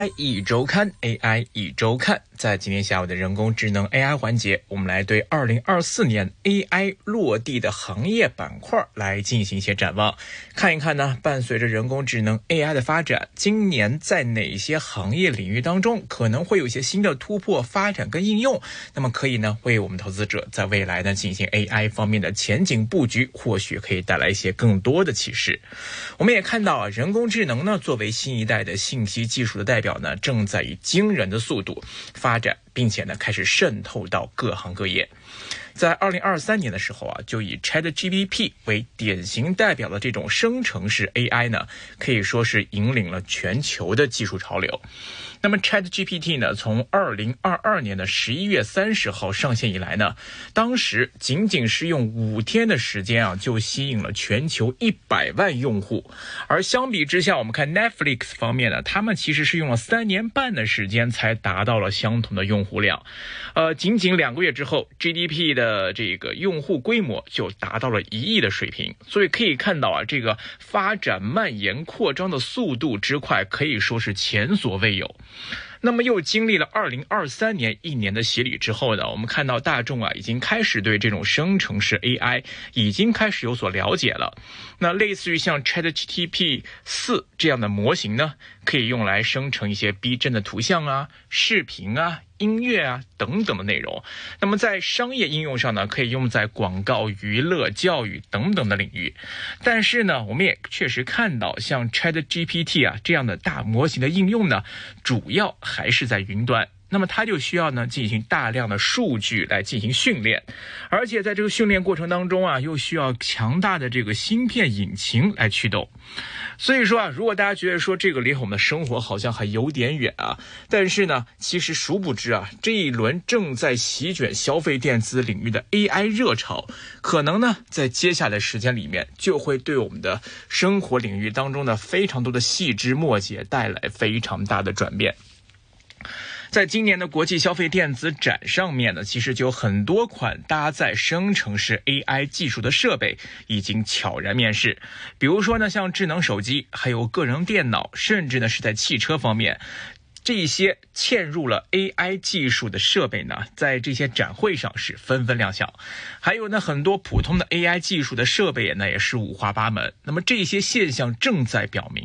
一周刊 AI 一周刊，在今天下午的人工智能 AI 环节，我们来对2024年 AI 落地的行业板块来进行一些展望，看一看呢，伴随着人工智能 AI 的发展，今年在哪些行业领域当中可能会有一些新的突破发展跟应用，那么可以呢为我们投资者在未来呢进行 AI 方面的前景布局，或许可以带来一些更多的启示。我们也看到人工智能呢作为新一代的信息技术的代表呢，正在以惊人的速度发展，并且呢开始渗透到各行各业。在2023年的时候就以 ChatGPT 为典型代表的这种生成式 AI 呢，可以说是引领了全球的技术潮流。那么 ChatGPT 呢，从2022年的11月30号上线以来呢，当时仅仅是用5天的时间就吸引了全球100万用户。而相比之下，我们看 Netflix 方面呢，他们其实是用了3年半的时间才达到了相同的用户量。仅仅2个月之后 ，GDP 的这个用户规模就达到了1亿的水平。所以可以看到这个发展蔓延扩张的速度之快，可以说是前所未有。那么又经历了2023年1年的洗礼之后呢，我们看到大众已经开始对这种生成式 AI 已经开始有所了解了。那类似于像 ChatGPT 4这样的模型呢，可以用来生成一些逼真的图像视频音乐等等的内容。那么在商业应用上呢，可以用在广告、娱乐、教育等等的领域。但是呢，我们也确实看到像 ChatGPT 这样的大模型的应用呢，主要还是在云端。那么它就需要呢进行大量的数据来进行训练，而且在这个训练过程当中又需要强大的这个芯片引擎来驱动。所以说如果大家觉得说这个离我们的生活好像还有点远但是呢，其实殊不知这一轮正在席卷消费电子领域的 AI 热潮，可能呢在接下来的时间里面就会对我们的生活领域当中的非常多的细枝末节带来非常大的转变。在今年的国际消费电子展上面呢，其实就有很多款搭载生成式 AI 技术的设备已经悄然面世。比如说呢，像智能手机，还有个人电脑，甚至呢是在汽车方面，这些嵌入了 AI 技术的设备呢，在这些展会上是纷纷亮相。还有呢，很多普通的 AI 技术的设备呢，也是五花八门。那么这些现象正在表明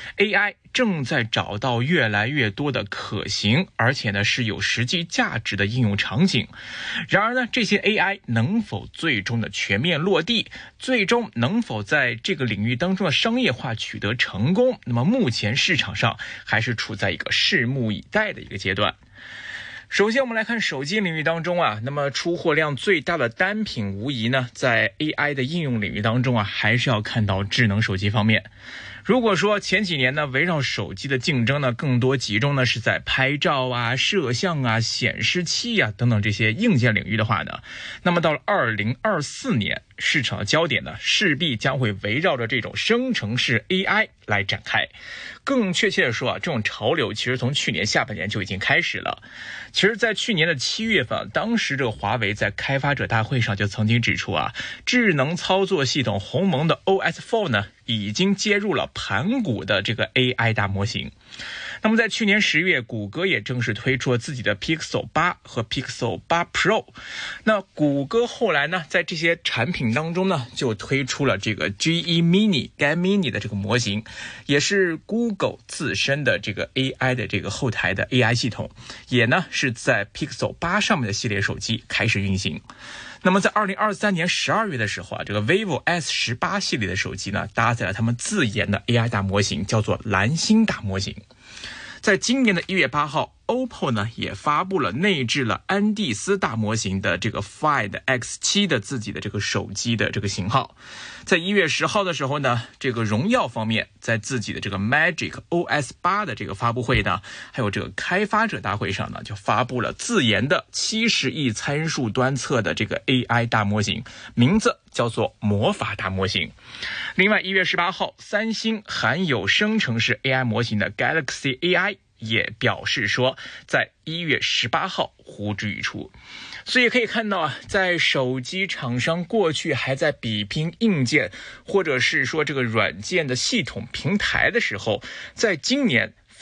AI 正在找到越来越多的可行，而且呢是有实际价值的应用场景。然而呢，这些 AI 能否最终的全面落地，最终能否在这个领域当中的商业化取得成功，那么目前市场上还是处在一个拭目以待的一个阶段。首先我们来看手机领域当中那么出货量最大的单品无疑呢，在 AI 的应用领域当中还是要看到智能手机方面。如果说前几年呢，围绕手机的竞争呢，更多集中呢是在拍照摄像显示器等等这些硬件领域的话呢，那么到了2024年，市场的焦点呢，势必将会围绕着这种生成式 AI 来展开。更确切的说这种潮流其实从去年下半年就已经开始了。其实在去年的7月份，当时这个华为在开发者大会上就曾经指出智能操作系统鸿蒙的 OS4 呢，已经接入了盘古的这个 AI 大模型。那么在去年10月，谷歌也正式推出了自己的 Pixel 8和 Pixel 8 Pro。那谷歌后来呢，在这些产品当中呢，就推出了这个 GE Mini 该 Mini 的这个模型，也是 Google 自身的这个 AI 的这个后台的 AI 系统，也呢是在 Pixel 8上面的系列手机开始运行。那么在2023年12月的时候这个 vivo S18 系列的手机呢，搭载了他们自研的 AI 大模型，叫做蓝星大模型。在今年的1月8号，OPPO 呢也发布了内置了安第斯大模型的这个 Find X7 的自己的这个手机的这个型号。在1月10号的时候呢，这个荣耀方面在自己的这个 Magic OS 8的这个发布会呢，还有这个开发者大会上呢，就发布了自研的70亿参数端测的这个 AI 大模型，名字叫做魔法大模型。另外1月18号，三星含有生成式 AI 模型的 Galaxy AI也表示说，在1月18号呼之欲出。所以可以看到在手机厂商过去还在比拼硬件或者是说这个软件的系统平台的时候，在今年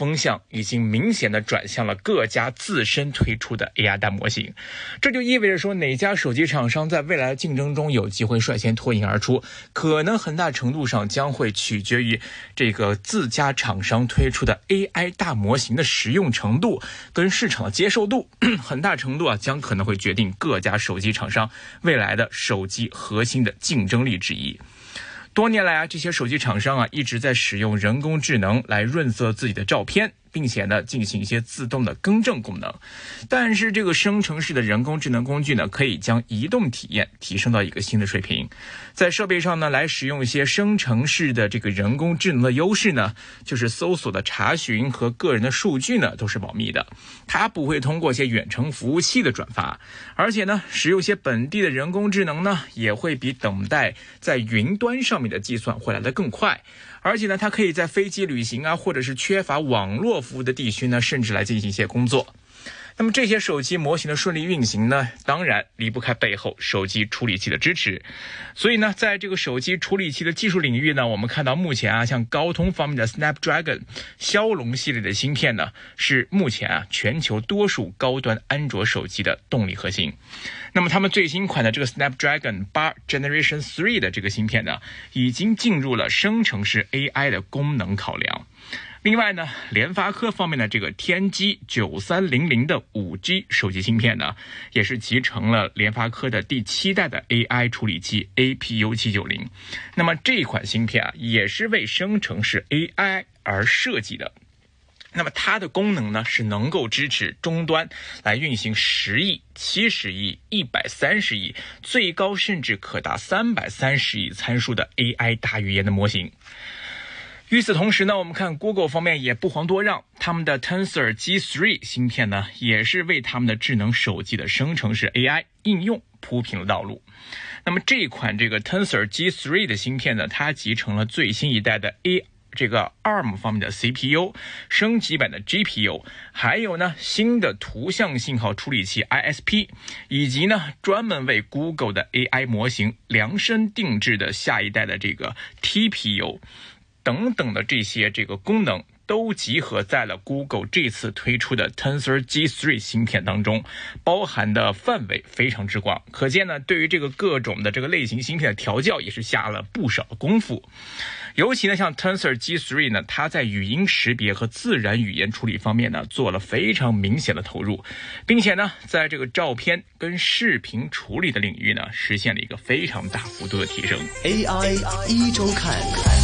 风向已经明显的转向了各家自身推出的 AI 大模型。这就意味着说，哪家手机厂商在未来的竞争中有机会率先脱颖而出，可能很大程度上将会取决于这个自家厂商推出的 AI 大模型的实用程度跟市场的接受度，很大程度将可能会决定各家手机厂商未来的手机核心的竞争力之一。多年来这些手机厂商一直在使用人工智能来润色自己的照片，并且呢进行一些自动的更正功能。但是这个生成式的人工智能工具呢，可以将移动体验提升到一个新的水平。在设备上呢，来使用一些生成式的这个人工智能的优势呢，就是搜索的查询和个人的数据呢都是保密的，它不会通过一些远程服务器的转发，而且呢使用一些本地的人工智能呢，也会比等待在云端上面的计算会来得更快。而且呢，它可以在飞机旅行或者是缺乏网络服务的地区呢，甚至来进行一些工作。那么这些手机模型的顺利运行呢，当然离不开背后手机处理器的支持。所以呢，在这个手机处理器的技术领域呢，我们看到目前像高通方面的 Snapdragon 骁龙系列的芯片呢，是目前全球多数高端安卓手机的动力核心。那么他们最新款的这个 Snapdragon 8 Generation 3的这个芯片呢，已经进入了生成式 AI 的功能考量。另外呢，联发科方面的这个天玑9300的 5G 手机芯片呢，也是集成了联发科的第7代的 AI 处理器 APU790。那么这款芯片也是为生成式 AI 而设计的。那么它的功能呢，是能够支持终端来运行10亿、70亿、130亿，最高甚至可达330亿参数的 AI 大语言的模型。与此同时呢，我们看 Google 方面也不遑多让，他们的 Tensor G3 芯片呢，也是为他们的智能手机的生成式 AI 应用铺平了道路。那么这款这个 Tensor G3 的芯片呢，它集成了最新一代的这个 ARM 方面的 CPU 升级版的 GPU， 还有呢新的图像信号处理器 ISP， 以及呢专门为 Google 的 AI 模型量身定制的下一代的这个 TPU 等等的这些这个功能，都集合在了 Google 这次推出的 Tensor G3 芯片当中，包含的范围非常之广。可见呢，对于这个各种的这个类型芯片的调教也是下了不少的功夫。尤其呢，像 Tensor G3 呢，它在语音识别和自然语言处理方面呢，做了非常明显的投入，并且呢，在这个照片跟视频处理的领域呢，实现了一个非常大幅度的提升。 AI 一周看。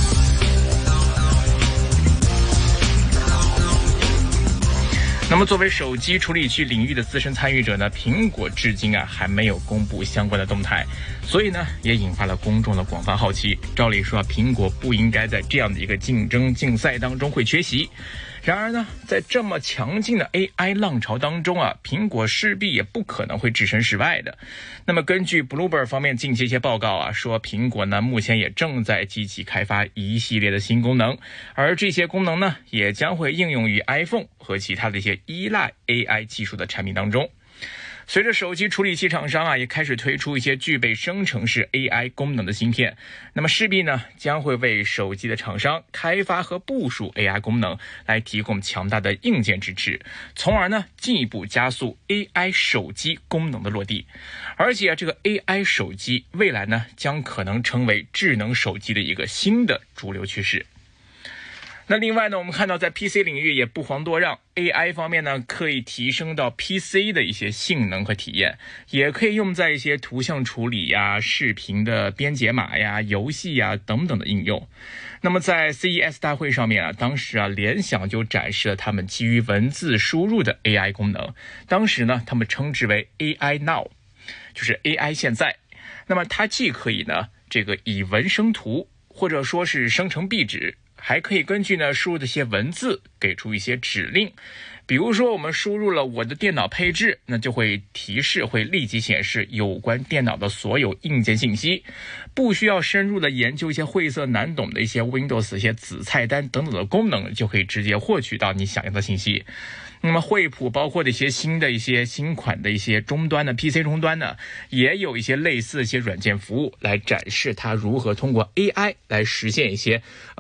那么作为手机处理器领域的资深参与者呢，苹果至今还没有公布相关的动态，所以呢也引发了公众的广泛好奇。照理说苹果不应该在这样的一个竞赛当中会缺席。然而呢，在这么强劲的 AI 浪潮当中苹果势必也不可能会置身事外的。那么根据 Bloomberg 方面近期一些报告说，苹果呢目前也正在积极开发一系列的新功能，而这些功能呢也将会应用于 iPhone 和其他的一些依赖 AI 技术的产品当中。随着手机处理器厂商也开始推出一些具备生成式 AI 功能的芯片，那么势必呢将会为手机的厂商开发和部署 AI 功能来提供强大的硬件支持，从而呢进一步加速 AI 手机功能的落地。而且这个 AI 手机未来呢将可能成为智能手机的一个新的主流趋势。那另外呢，我们看到在 PC 领域也不遑多让， AI 方面呢可以提升到 PC 的一些性能和体验，也可以用在一些图像处理视频的编解码游戏等等的应用。那么在 CES 大会上面当时联想就展示了他们基于文字输入的 AI 功能，当时呢他们称之为 AI Now， 就是 AI 现在。那么它既可以呢这个以文生图，或者说是生成壁纸，还可以根据呢输入的一些文字给出一些指令。比如说我们输入了我的电脑配置，那就会提示，会立即显示有关电脑的所有硬件信息，不需要深入的研究一些晦涩难懂的一些 Windows 一些子菜单等等的功能，就可以直接获取到你想要的信息。那么惠普包括的一些新款的一些终端的 PC 终端呢，也有一些类似的一些软件服务来展示它如何通过 AI 来实现一些线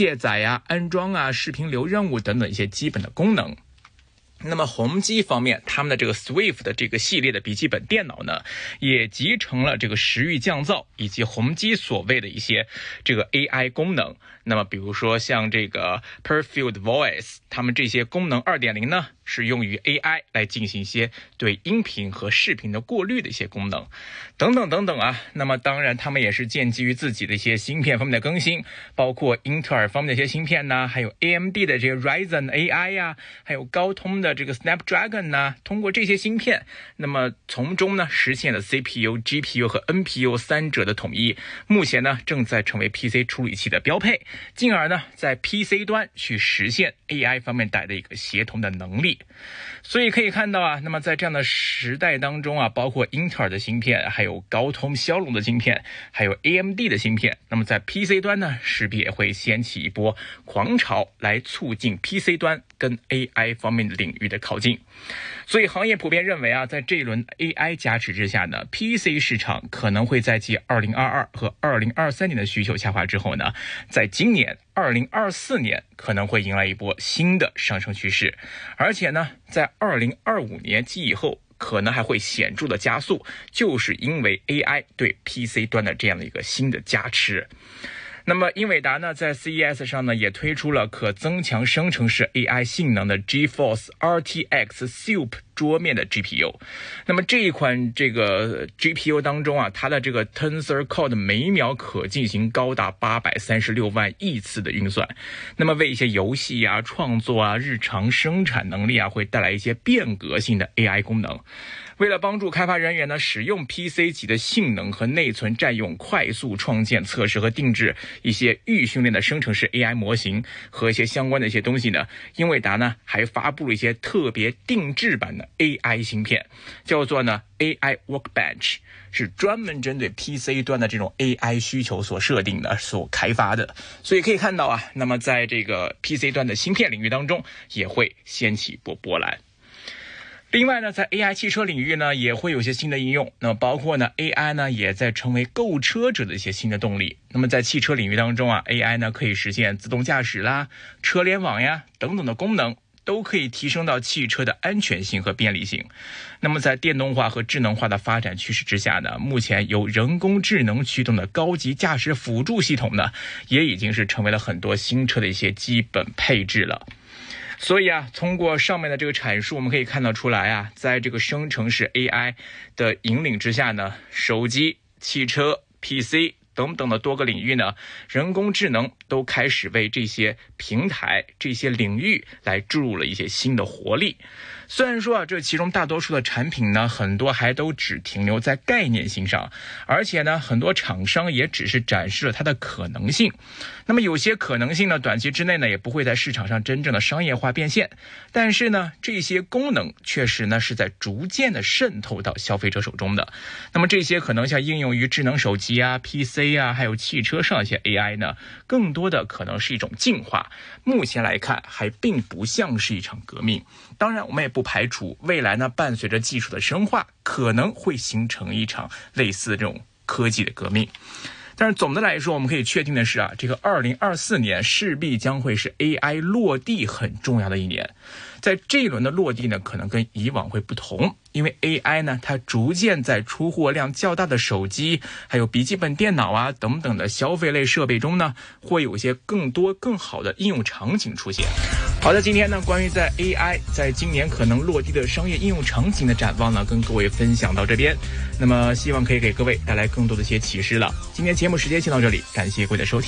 卸载呀、安装啊、视频流任务等等一些基本的功能。那么宏基方面，他们的这个 Swift 的这个系列的笔记本电脑呢，也集成了这个时域降噪以及宏基所谓的一些这个 AI 功能。那么比如说像这个 Perfect Voice， 他们这些功能 2.0 呢，是用于 AI 来进行一些对音频和视频的过滤的一些功能，等等等等啊。那么当然他们也是建基于自己的一些芯片方面的更新，包括英特尔方面的一些芯片呢，还有 AMD 的这个 Ryzen AI 呀，还有高通的这个 Snapdragon 呢，通过这些芯片，那么从中呢实现了 CPU、GPU 和 NPU 三者的统一，目前呢正在成为 PC 处理器的标配，进而呢在 PC 端去实现 AI 方面带的一个协同的能力。所以可以看到啊，那么在这样的时代当中啊，包括英特尔的芯片，还有高通骁龙的芯片，还有 AMD 的芯片，那么在 PC 端呢势必也会掀起一波狂潮，来促进 PC 端跟 AI 方面领域的靠近。所以行业普遍认为啊，在这一轮 AI 加持之下呢， PC 市场可能会在继2022和2023年的需求下滑之后呢，在今年2024年可能会迎来一波新的上升趋势，而且呢在2025年及以后可能还会显著的加速，就是因为 AI 对 PC 端的这样的一个新的加持。那么英伟达呢在 CES 上呢也推出了可增强生成式 AI 性能的 GeForce RTX Soup 桌面的 GPU。 那么这一款这个 GPU 当中啊，它的这个 Tensor Core 每秒可进行高达836万亿次的运算，那么为一些游戏啊、创作啊、日常生产能力啊会带来一些变革性的 AI 功能。为了帮助开发人员呢使用 PC 级的性能和内存占用，快速创建、测试和定制一些预训练的生成式 AI 模型和一些相关的一些东西呢，英伟达呢还发布了一些特别定制版的 AI 芯片，叫做呢 AI Workbench， 是专门针对 PC 端的这种 AI 需求所设定的、所开发的。所以可以看到啊，那么在这个 PC 端的芯片领域当中也会掀起一波波澜。另外呢，在 AI 汽车领域呢，也会有些新的应用。那么包括呢 ，AI 呢也在成为购车者的一些新的动力。那么在汽车领域当中啊 ，AI 呢可以实现自动驾驶啦、车联网呀等等的功能，都可以提升到汽车的安全性和便利性。那么在电动化和智能化的发展趋势之下呢，目前由人工智能驱动的高级驾驶辅助系统呢，也已经是成为了很多新车的一些基本配置了。所以啊，通过上面的这个阐述，我们可以看得出来啊，在这个生成式 AI 的引领之下呢，手机、汽车、PC 等等的多个领域呢，人工智能都开始为这些平台、这些领域来注入了一些新的活力。虽然说啊，这其中大多数的产品呢，很多还都只停留在概念性上，而且呢，很多厂商也只是展示了它的可能性。那么有些可能性呢，短期之内呢，也不会在市场上真正的商业化变现。但是呢，这些功能确实呢，是在逐渐的渗透到消费者手中的。那么这些可能像应用于智能手机啊、PC 啊，还有汽车上一些 AI 呢，更多的可能是一种进化。目前来看，还并不像是一场革命。当然，我们也不排除未来呢，伴随着技术的深化，可能会形成一场类似这种科技的革命。但是总的来说，我们可以确定的是啊，这个2024年势必将会是 AI 落地很重要的一年。在这一轮的落地呢，可能跟以往会不同，因为 AI 呢，它逐渐在出货量较大的手机，还有笔记本电脑啊等等的消费类设备中呢，会有一些更多更好的应用场景出现。好的，今天呢，关于在 AI 在今年可能落地的商业应用场景的展望呢，跟各位分享到这边。那么希望可以给各位带来更多的一些启示了。今天节目时间先到这里，感谢各位的收听。